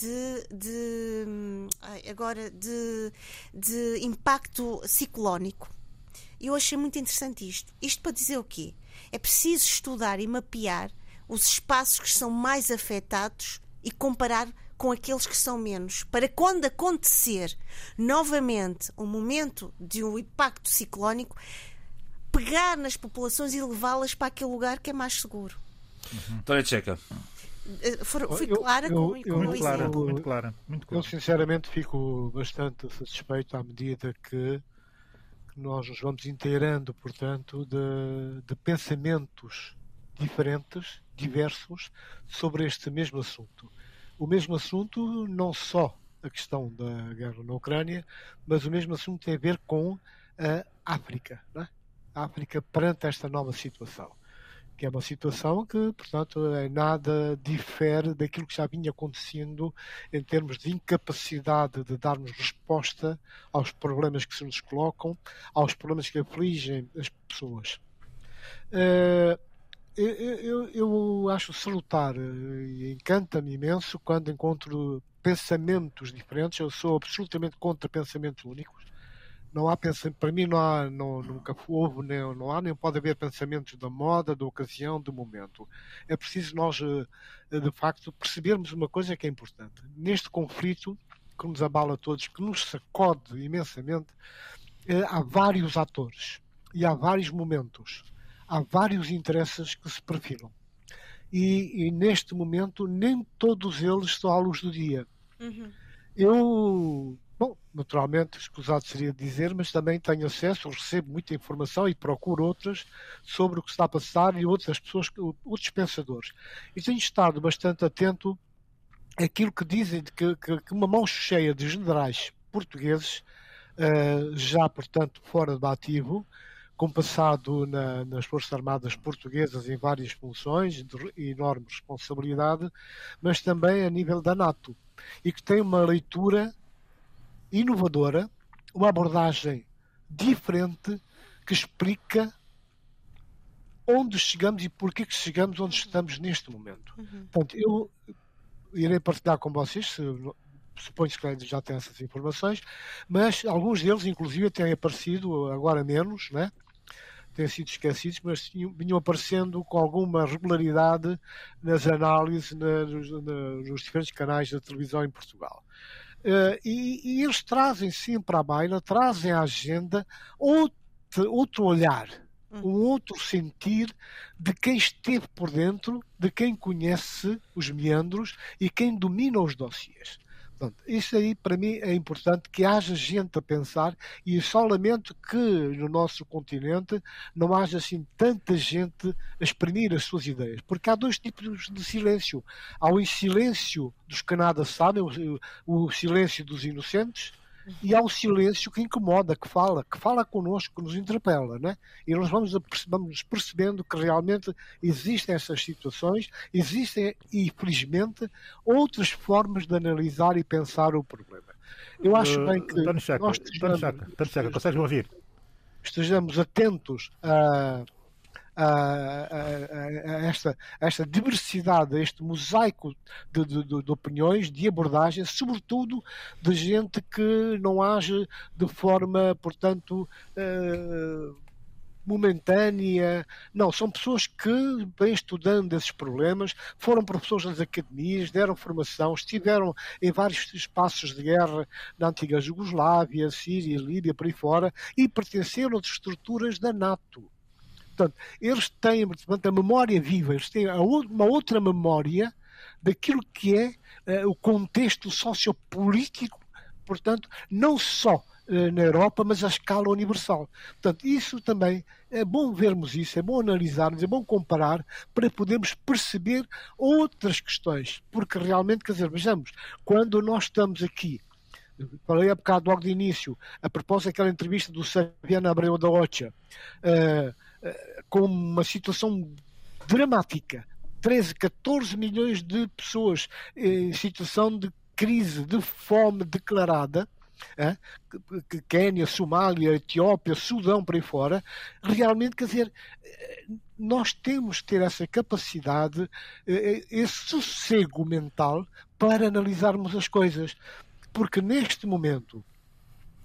de impacto ciclónico. E eu achei muito interessante isto. Isto para dizer o quê? É preciso estudar e mapear os espaços que são mais afetados e comparar com aqueles que são menos, para quando acontecer novamente um momento de um impacto ciclónico, pegar nas populações e levá-las para aquele lugar que é mais seguro. António Tcheca. Fui clara com o exemplo. Muito clara. Eu sinceramente fico bastante satisfeito à medida que nós nos vamos inteirando, portanto, de pensamentos diferentes, diversos, sobre este mesmo assunto. O mesmo assunto, não só a questão da guerra na Ucrânia, mas o mesmo assunto tem a ver com a África, não é? A África perante esta nova situação, que é uma situação que, portanto, nada difere daquilo que já vinha acontecendo em termos de incapacidade de darmos resposta aos problemas que se nos colocam, aos problemas que afligem as pessoas. Eu acho salutar e encanta-me imenso quando encontro pensamentos diferentes. Eu sou absolutamente contra pensamentos únicos. Não há pensamento, para mim nunca houve, não há nem pode haver pensamentos da moda, da ocasião, do momento. É preciso nós, de facto, percebermos uma coisa que é importante. Neste conflito que nos abala a todos, que nos sacode imensamente, há vários atores e há vários momentos. Há vários interesses que se perfilam. E neste momento nem todos eles estão à luz do dia. Bom, naturalmente, escusado seria dizer, mas também tenho acesso, recebo muita informação e procuro outras sobre o que está a passar e outras pessoas, outros pensadores. E tenho estado bastante atento àquilo que dizem que uma mão cheia de generais portugueses, já, portanto, fora do ativo, com passado nas Forças Armadas Portuguesas em várias funções, de enorme responsabilidade, mas também a nível da NATO, e que tem uma leitura inovadora, uma abordagem diferente que explica onde chegamos e porquê que chegamos onde estamos neste momento. Portanto, eu irei partilhar com vocês, suponho que já têm essas informações, mas alguns deles, inclusive, têm aparecido, agora menos, né? Têm sido esquecidos, mas vinham aparecendo com alguma regularidade nas análises nos diferentes canais da televisão em Portugal. E eles trazem sempre à baila, trazem à agenda outro olhar, um outro sentir de quem esteve por dentro, de quem conhece os meandros e quem domina os dossiês. Portanto, isso aí para mim é importante, que haja gente a pensar, e só lamento que no nosso continente não haja assim tanta gente a exprimir as suas ideias, porque há dois tipos de silêncio. Há o silêncio dos que nada sabem, o silêncio dos inocentes, e há o silêncio que incomoda, que fala connosco, que nos interpela, né? E nós vamos percebendo que realmente existem essas situações, existem, e felizmente, outras formas de analisar e pensar o problema. Eu acho bem que António Chaca, consegues ouvir? Estejamos atentos a esta diversidade, a este mosaico de opiniões, de abordagens, sobretudo de gente que não age de forma, portanto, momentânea. Não, são pessoas que vêm estudando esses problemas, foram professores nas academias, deram formação, estiveram em vários espaços de guerra na antiga Jugoslávia, Síria, Líbia, por aí fora, e pertenceram a estruturas da NATO. Portanto, eles têm, portanto, a memória viva, eles têm uma outra memória daquilo que é o contexto sociopolítico, portanto, não só na Europa, mas à escala universal. Portanto, isso também é bom vermos isso, é bom analisarmos, é bom comparar para podermos perceber outras questões, porque realmente, quer dizer, vejamos, quando nós estamos aqui, falei há bocado logo de início, a propósito daquela entrevista do Saviano Abreu da Ocha, com uma situação dramática, 13, 14 milhões de pessoas em situação de crise, de fome declarada, Quénia, Somália, Etiópia, Sudão, por aí fora, realmente, quer dizer, nós temos que ter essa capacidade, esse sossego mental para analisarmos as coisas, porque neste momento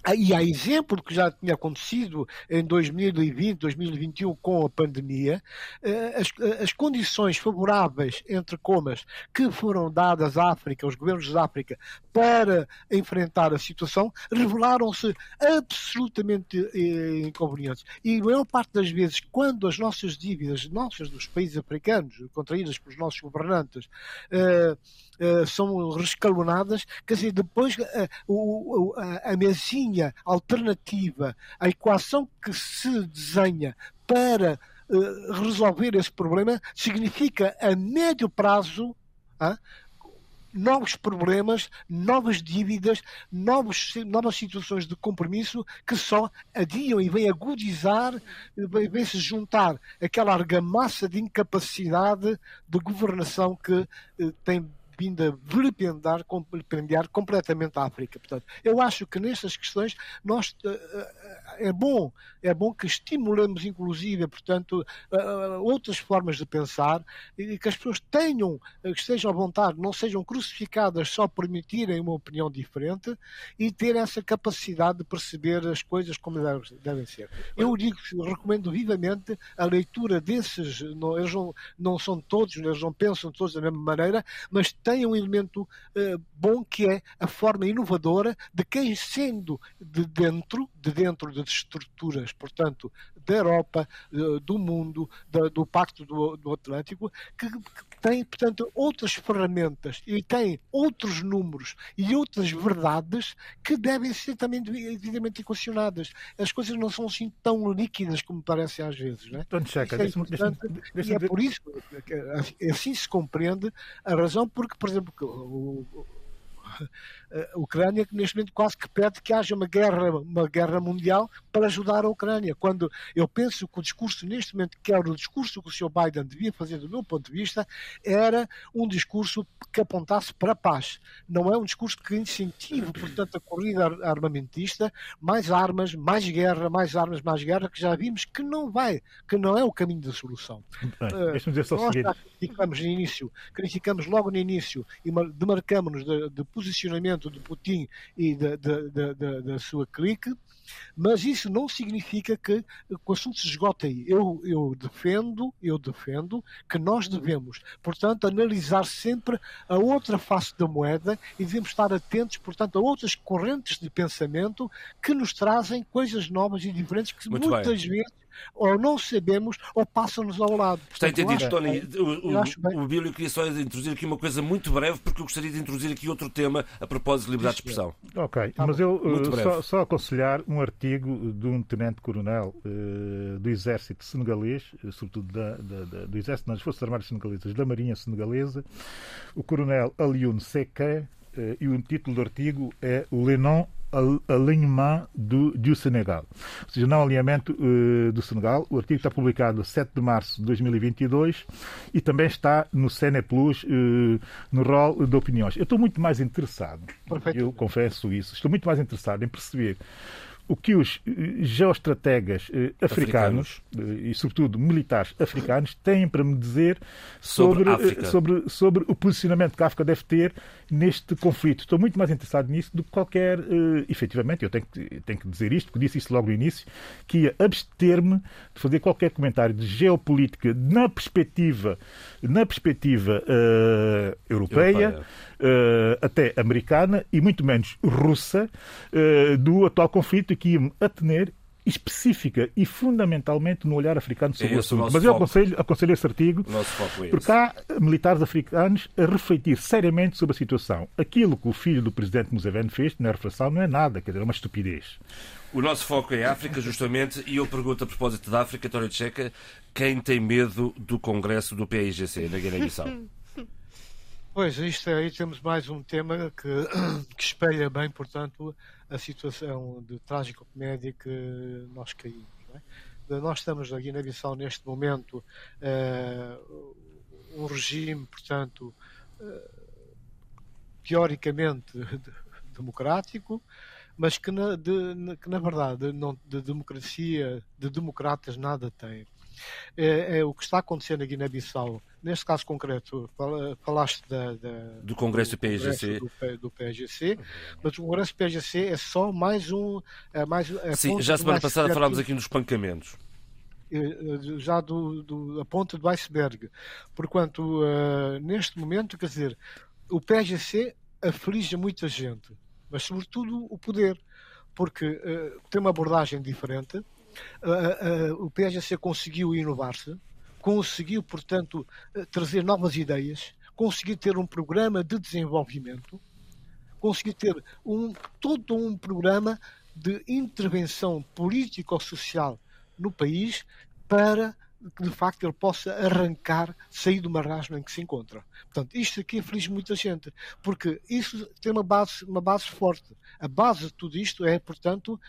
E há exemplo que já tinha acontecido em 2020, 2021 com a pandemia, as condições favoráveis, entre comas, que foram dadas à África, aos governos da África, para enfrentar a situação, revelaram-se absolutamente inconvenientes. E a maior parte das vezes, quando as nossas dívidas, nossas dos países africanos, contraídas pelos nossos governantes, são rescalonadas, quer dizer, depois a mesinha alternativa, a equação que se desenha para resolver esse problema significa a médio prazo novos problemas, novas dívidas, novas situações de compromisso que só adiam e vêm agudizar, vêm-se juntar aquela argamassa de incapacidade de governação que tem vindo a vilipendiar completamente a África. Portanto, eu acho que nestas questões é bom que estimulemos, inclusive, portanto, outras formas de pensar e que as pessoas que estejam à vontade, não sejam crucificadas só por emitirem uma opinião diferente e ter essa capacidade de perceber as coisas como devem ser. Eu recomendo vivamente a leitura desses, eles não são todos, eles não pensam todos da mesma maneira, mas tem um elemento bom que é a forma inovadora de quem, sendo de dentro das estruturas, portanto, da Europa, do mundo, do Pacto do Atlântico, que tem, portanto, outras ferramentas e tem outros números e outras verdades que devem ser também devidamente equacionadas. As coisas não são assim tão líquidas como parecem às vezes, não é? E é por isso que assim se compreende a razão porque, por exemplo, a Ucrânia que neste momento quase que pede que haja uma guerra mundial para ajudar a Ucrânia, quando eu penso que o discurso neste momento, que era o discurso que o Sr. Biden devia fazer do meu ponto de vista, era um discurso que apontasse para a paz, não é um discurso que incentive, portanto, a corrida armamentista, mais armas, mais guerra, mais armas, mais guerra, que já vimos que não é o caminho da solução. Nós já criticamos logo no início e demarcamos-nos de posicionamento de Putin e da sua clique, mas isso não significa que o assunto se esgote aí. Eu defendo que nós devemos, portanto, analisar sempre a outra face da moeda e devemos estar atentos, portanto, a outras correntes de pensamento que nos trazem coisas novas e diferentes que muitas vezes ou não sabemos ou passam-nos ao lado. Está entendido, Tony. O Bílio queria só introduzir aqui uma coisa muito breve, porque eu gostaria de introduzir aqui outro tema a propósito de liberdade de expressão. Ok, mas eu só aconselhar um artigo de um tenente-coronel do exército senegalês, sobretudo do exército das Forças Armadas Senegalesas, da Marinha Senegalesa, o coronel Alioune Seké, e o título do artigo é o alinhamento do Senegal. Ou seja, não alinhamento do Senegal. O artigo está publicado 7 de março de 2022 e também está no CNE Plus, no rol de opiniões. Eu estou muito mais interessado, eu confesso isso, estou muito mais interessado em perceber o que os geoestrategas africanos e, sobretudo, militares africanos têm para me dizer sobre o posicionamento que a África deve ter neste conflito. Estou muito mais interessado nisso do que qualquer... efetivamente, eu tenho que dizer isto, porque disse isso logo no início, que ia abster-me de fazer qualquer comentário de geopolítica na perspectiva europeia. Até americana e muito menos russa do atual conflito, que ia-me atener específica e fundamentalmente no olhar africano sobre o assunto. Mas eu aconselho esse artigo porque há militares africanos a refletir seriamente sobre a situação. Aquilo que o filho do presidente Museveni fez na reflexão não é nada, quer dizer, é uma estupidez. O nosso foco é a África, justamente, e eu pergunto a propósito da África, Tony Checa, quem tem medo do Congresso do PAIGC na Guiné-Bissau? Pois, isto aí temos mais um tema que espelha bem, portanto, a situação de trágico-comédia que nós caímos. Não é? Nós estamos na Guiné-Bissau neste momento um regime, portanto, teoricamente democrático, mas que na verdade de democracia, de democratas nada tem. O que está acontecendo na Guiné-Bissau, neste caso concreto, falaste do Congresso do PAGC. Do PAGC, mas o Congresso do PAGC é só mais um... Sim, já a semana passada falámos aqui dos espancamentos. Já a ponta do iceberg. Porquanto, neste momento, quer dizer, o PAGC aflige muita gente, mas sobretudo o poder, porque tem uma abordagem diferente. O PAGC conseguiu inovar-se, conseguiu, portanto, trazer novas ideias, conseguiu ter um programa de desenvolvimento, conseguiu ter todo um programa de intervenção político-social no país para que, de facto, ele possa sair do marasmo em que se encontra. Portanto, isto aqui aflige muita gente, porque isso tem uma base forte. A base de tudo isto é, portanto,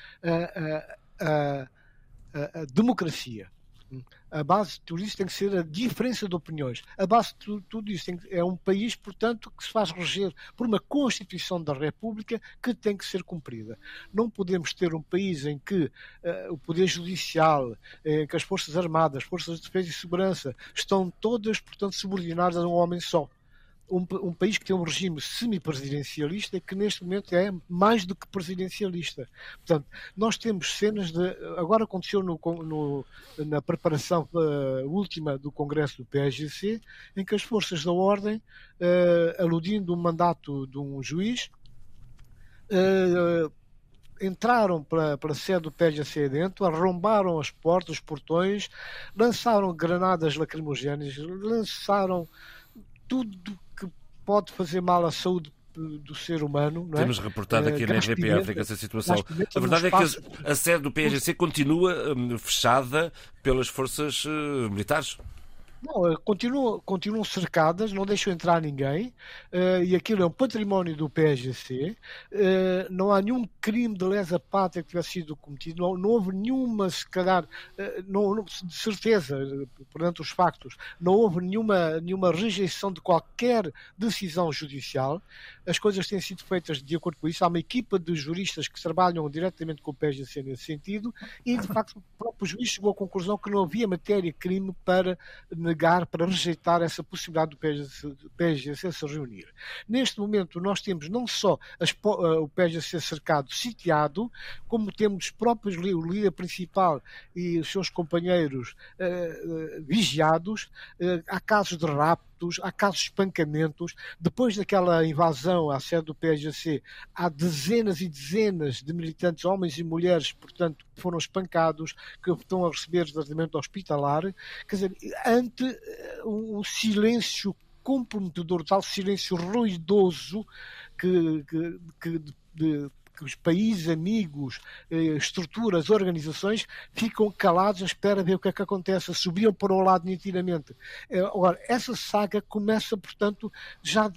a democracia. A base de tudo isso tem que ser a diferença de opiniões. A base de tudo isso é um país, portanto, que se faz reger por uma Constituição da República que tem que ser cumprida. Não podemos ter um país em que o Poder Judicial, em que as Forças Armadas, as Forças de Defesa e Segurança estão todas, portanto, subordinadas a um homem só. Um país que tem um regime semipresidencialista que neste momento é mais do que presidencialista. Portanto, nós temos cenas de... Agora aconteceu na preparação última do Congresso do PAGC, em que as forças da ordem, aludindo um mandato de um juiz, entraram para a sede do PAGC dentro, arrombaram as portas, os portões, lançaram granadas lacrimogéneas, lançaram tudo que pode fazer mal à saúde do ser humano. Não é? Temos reportado aqui na RDP África essa situação. A verdade é que a sede do PAGC continua fechada pelas forças militares. Não, continuam cercadas, não deixam entrar ninguém, e aquilo é um património do PAGC. Não há nenhum crime de lesa pátria que tivesse sido cometido, não houve nenhuma, se calhar, de certeza, perante os factos, não houve nenhuma rejeição de qualquer decisão judicial. As coisas têm sido feitas de acordo com isso. Há uma equipa de juristas que trabalham diretamente com o PAGC nesse sentido, e de facto o próprio juiz chegou à conclusão que não havia matéria-crime para rejeitar essa possibilidade do PAGC se reunir. Neste momento nós temos não só o PAGC cercado, sitiado, como temos os próprios, o líder principal e os seus companheiros vigiados. Há casos de raptos, há casos de espancamentos. Depois daquela invasão à sede do PAGC, há dezenas e dezenas de militantes, homens e mulheres, portanto, que foram espancados, que estão a receber tratamento hospitalar. Quer dizer, ante um silêncio comprometedor, tal silêncio ruidoso que os países amigos, estruturas, organizações ficam calados à espera de ver o que é que acontece, subiam para o lado nitidamente. Agora, essa saga começa, portanto, já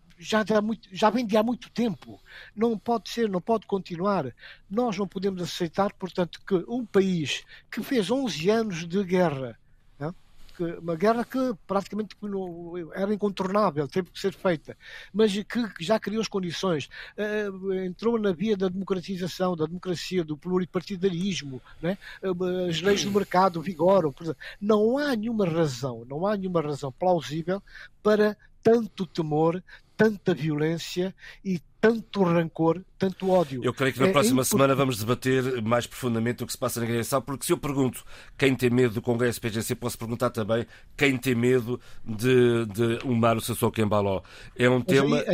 vem de há muito tempo. Não pode ser, não pode continuar. Nós não podemos aceitar, portanto, que um país que fez 11 anos de guerra, uma guerra que praticamente era incontornável, teve que ser feita, mas que já criou as condições, entrou na via da democratização, da democracia, do pluripartidarismo, né? As leis do mercado vigoram. Não há nenhuma razão plausível para tanto temor, tanta violência e tanto rancor, tanto ódio. Eu creio que na próxima semana vamos debater mais profundamente o que se passa na Guiné-Bissau, porque se eu pergunto quem tem medo do Congresso PAGC, posso perguntar também quem tem medo de Umaro Sissoko Embaló. É um tema...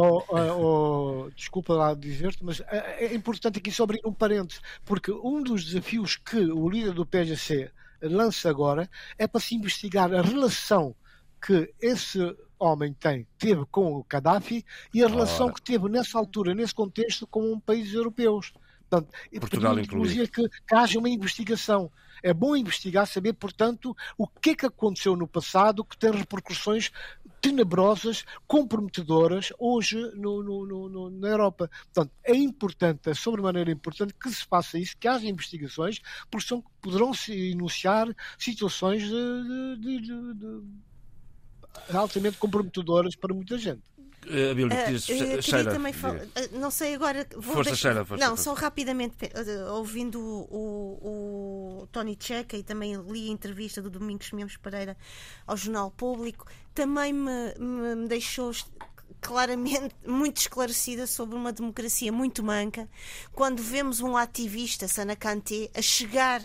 Desculpa lá dizer-te, mas é importante aqui só abrir um parênteses, porque um dos desafios que o líder do PAGC lança agora é para se investigar a relação que esse homem teve com o Gaddafi e a relação que teve nessa altura, nesse contexto, com países europeus. Portanto, Portugal incluído. Que haja uma investigação. É bom investigar, saber, portanto, o que é que aconteceu no passado que tem repercussões tenebrosas, comprometedoras hoje na Europa. Portanto, é importante, é sobremaneira importante que se faça isso, que haja investigações, porque poderão-se enunciar situações altamente comprometedoras para muita gente. Queria também não sei agora. Sheila, não, só rapidamente, ouvindo do Tony Checa, e também li a entrevista do Domingos Simões Pereira ao Jornal Público, também me deixou claramente muito esclarecida sobre uma democracia muito manca, quando vemos um ativista, Sana Kanté, a chegar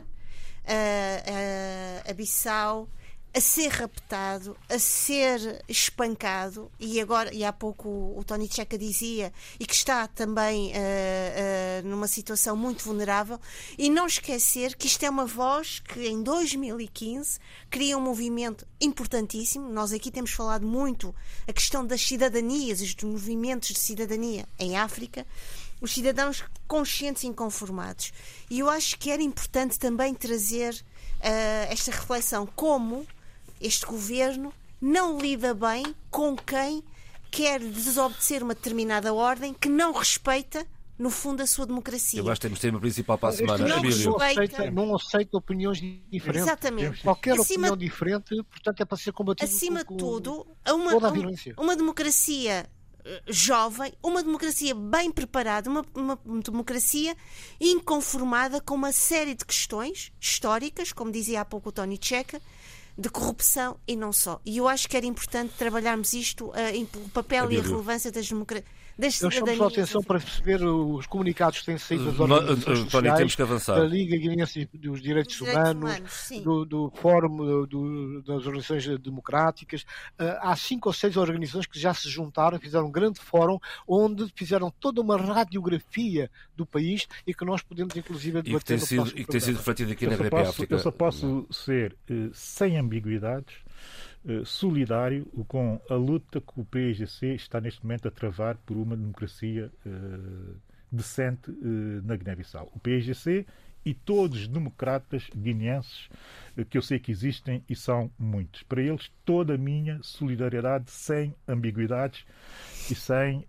a Bissau, a ser raptado, a ser espancado, e há pouco o Tony Checa dizia, e que está também numa situação muito vulnerável, e não esquecer que isto é uma voz que em 2015 cria um movimento importantíssimo. Nós aqui temos falado muito a questão das cidadanias e dos movimentos de cidadania em África, os cidadãos conscientes e inconformados, e eu acho que era importante também trazer esta reflexão, como este governo não lida bem com quem quer desobedecer uma determinada ordem, que não respeita, no fundo, a sua democracia. Eu acho que temos tema principal para a semana. Não aceita opiniões diferentes. Exatamente. Qualquer opinião diferente, portanto, é para ser combatido. Acima de tudo, uma democracia jovem, uma democracia bem preparada, uma democracia inconformada com uma série de questões históricas, como dizia há pouco o Tony Checa, de corrupção e não só. E eu acho que era importante trabalharmos isto, o papel e a relevância das cidadanias. Eu chamo só a atenção para perceber os comunicados que têm saído das organizações sociais, temos que avançar. da Liga Guinense dos Direitos Humanos, do Fórum das Organizações Democráticas. Há 5 ou 6 organizações que já se juntaram, fizeram um grande fórum, onde fizeram toda uma radiografia do país e que nós podemos, inclusive, debater no próximo programa. E que tem sido refletido aqui na RDP África. Eu só posso ser, sem ambiguidades, solidário com a luta que o PAIGC está neste momento a travar por uma democracia decente na Guiné-Bissau. O PAIGC e todos os democratas guineenses que eu sei que existem, e são muitos. Para eles, toda a minha solidariedade, sem ambiguidades e sem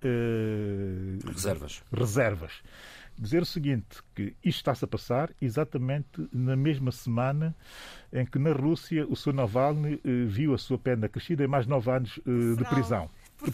reservas. Dizer o seguinte, que isto está-se a passar exatamente na mesma semana em que na Rússia o Sr. Navalny viu a sua pena crescida em mais 9 anos de prisão.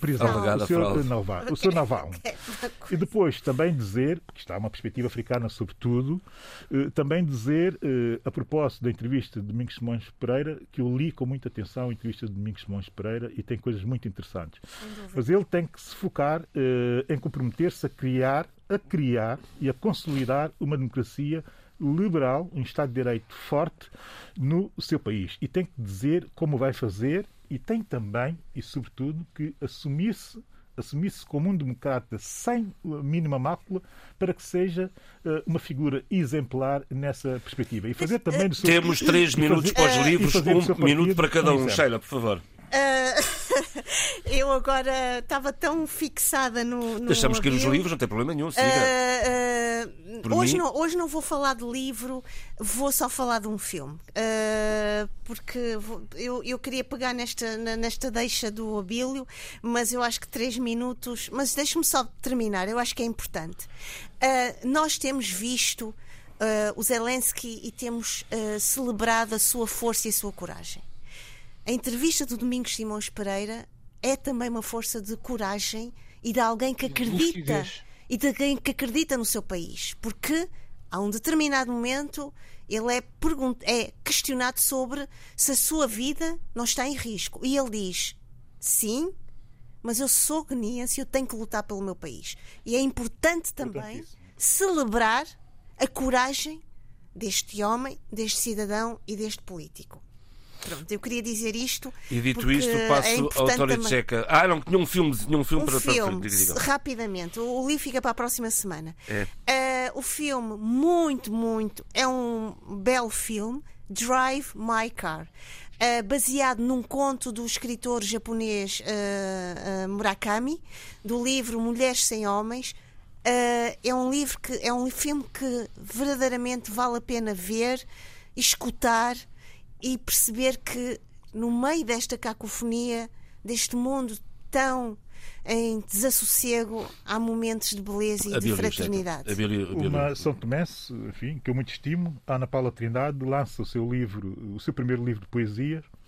O Sr. Navalny. E depois também dizer, porque está uma perspectiva africana sobretudo, também dizer, a propósito da entrevista de Domingos Simões Pereira, que eu li com muita atenção a entrevista de Domingos Simões Pereira e tem coisas muito interessantes. Mas ele tem que se focar em comprometer-se a criar e a consolidar uma democracia liberal, um Estado de Direito forte no seu país. E tem que dizer como vai fazer, e tem também, e sobretudo, que assumir-se como um democrata sem a mínima mácula, para que seja uma figura exemplar nessa perspectiva. E fazer também Temos 3 minutos para os livros, 1 minuto para cada um. Sheila, por favor. Eu agora estava tão fixada no Deixamos cair os livros, não tem problema nenhum, siga. Hoje não vou falar de livro, vou só falar de um filme, porque eu queria pegar nesta deixa do Abílio, mas eu acho que 3 minutos, mas deixe-me só terminar, eu acho que é importante. Nós temos visto o Zelensky e temos celebrado a sua força e a sua coragem. A entrevista do Domingos Simões Pereira é também uma força de coragem e de alguém que acredita, no seu país, porque a um determinado momento ele é questionado sobre se a sua vida não está em risco, e ele diz: sim, mas eu sou guineense e eu tenho que lutar pelo meu país. E é importante também celebrar a coragem deste homem, deste cidadão e deste político. Pronto, eu queria dizer isto. E dito isto, passo ao Tony Checa. Não, tinha um filme para rapidamente. O livro fica para a próxima semana. O filme, muito, é um belo filme, Drive My Car, baseado num conto do escritor japonês Murakami, do livro Mulheres Sem Homens. É um filme que verdadeiramente vale a pena ver, escutar e perceber que no meio desta cacofonia, deste mundo tão em desassossego, há momentos de beleza e de fraternidade. Uma São Tomense, enfim, que eu muito estimo, Ana Paula Trindade, lança o seu primeiro livro de poesias,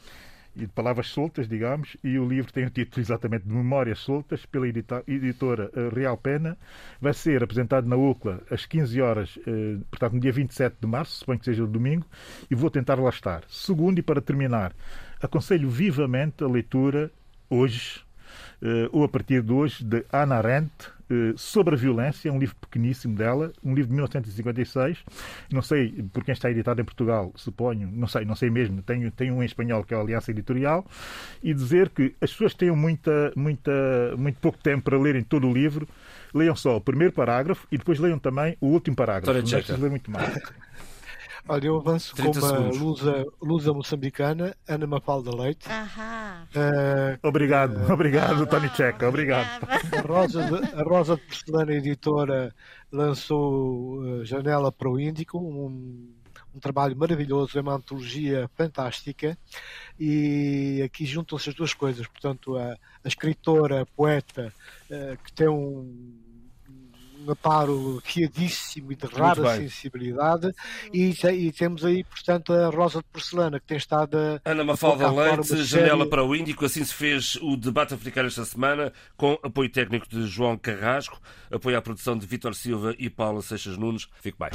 e de palavras soltas, digamos, e o livro tem o título exatamente de Memórias Soltas, pela editora Real Pena. Vai ser apresentado na UCLA às 15 horas, portanto, no dia 27 de março, suponho que seja o domingo, e vou tentar lá estar. Segundo, e para terminar, aconselho vivamente a leitura hoje, ou a partir de hoje, de Hannah Arendt, sobre a violência, um livro pequeníssimo dela, um livro de 1956, não sei por quem está editado em Portugal, suponho, não sei mesmo, tenho um em espanhol que é a Aliança Editorial, e dizer que as pessoas tenham muito pouco tempo para lerem todo o livro, leiam só o primeiro parágrafo e depois leiam também o último parágrafo, não precisam ler muito mais. Olha, eu avanço com uma lusa moçambicana, Ana Mafalda Leite. Obrigado, Tony Checa, obrigado. A Rosa de Porcelana Editora lançou Janela para o Índico, um trabalho maravilhoso, é uma antologia fantástica, e aqui juntam-se as duas coisas, portanto, a escritora, a poeta, que tem um aparo fiadíssimo e de rara sensibilidade, e temos aí, portanto, a Rosa de Porcelana, que tem estado Ana Mafalda Leite, Janela para o Índico. Assim se fez o debate africano esta semana, com apoio técnico de João Carrasco, apoio à produção de Vítor Silva e Paula Seixas Nunes. Fique bem.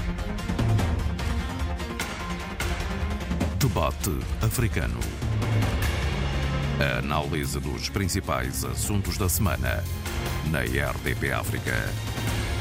Debate africano. A análise dos principais assuntos da semana na RDP África.